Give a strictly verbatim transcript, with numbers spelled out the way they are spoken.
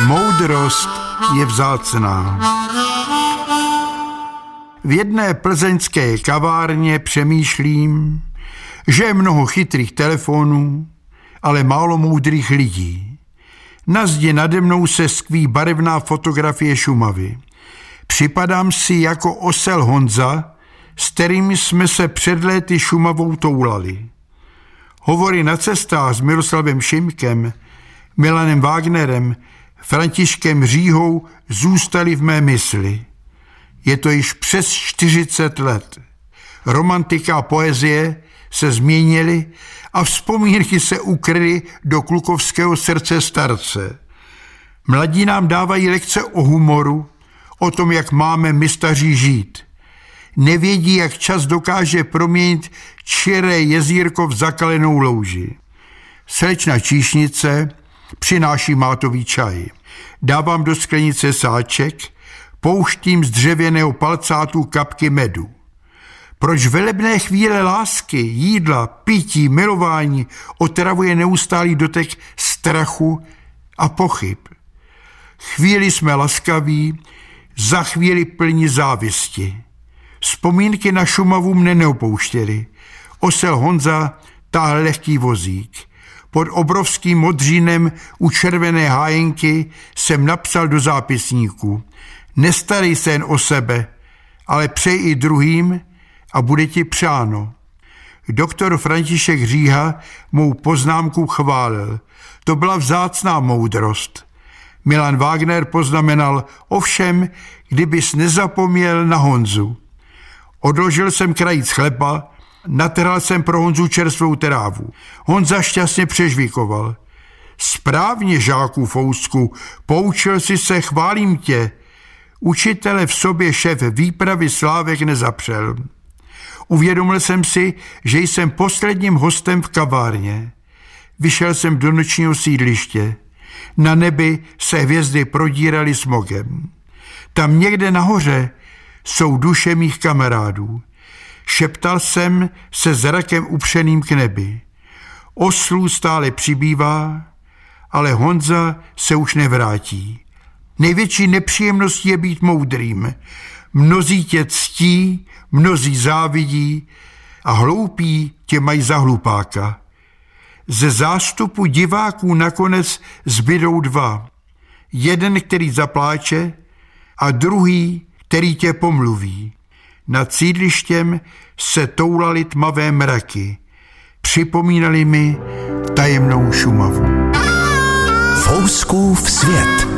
Moudrost je vzácná. V jedné plzeňské kavárně přemýšlím, že je mnoho chytrých telefonů, ale málo moudrých lidí. Na zdi nade mnou se skví barevná fotografie Šumavy. Připadám si jako osel Honza, s kterými jsme se před léty Šumavou toulali. Hovory na cestách s Miroslavem Šimkem, Milanem Wagnerem, Františkem Říhou zůstaly v mé mysli. Je to již přes čtyřicet let. Romantika a poezie se změnily a vzpomínky se ukryly do klukovského srdce starce. Mladí nám dávají lekce o humoru, o tom, jak máme my staří žít. Nevědí, jak čas dokáže proměnit čiré jezírko v zakalenou louži. Slečna číšnice přináší mátový čaj. Dávám do sklenice sáček, pouštím z dřevěného palcátu kapky medu. Proč velebné chvíle lásky, jídla, pití, milování otravuje neustálý dotek strachu a pochyb? Chvíli jsme laskaví, za chvíli plní závisti. Vzpomínky na Šumavu mne neopouštěly. Osel Honza táhl lehký vozík. Pod obrovským modřínem u červené hájenky jsem napsal do zápisníku: Nestarej se jen o sebe, ale přej i druhým a bude ti přáno. Doktor František Říha mou poznámku chválil. To byla vzácná moudrost. Milan Wagner poznamenal: ovšem, kdybys nezapomněl na Honzu. Odložil jsem krajíc chleba, natrhal jsem pro Honzu čerstvou trávu. Honza šťastně přežvíkoval. Správně, žáku Fousku, poučil si se, chválím tě. Učitele v sobě šéf výpravy Slávek nezapřel. Uvědomil jsem si, že jsem posledním hostem v kavárně. Vyšel jsem do nočního sídliště. Na nebi se hvězdy prodíraly smogem. Tam někde nahoře jsou duše mých kamarádů. Šeptal jsem se zrakem upřeným k nebi. Oslů stále přibývá, ale Honza se už nevrátí. Největší nepříjemností je být moudrým. Mnozí tě ctí, mnozí závidí a hloupí tě mají za hlupáka. Ze zástupu diváků nakonec zbydou dva. Jeden, který zapláče, a druhý, který tě pomluví. Nad sídlištěm se toulaly tmavé mraky. Připomínali mi tajemnou Šumavu. Fouskův svět.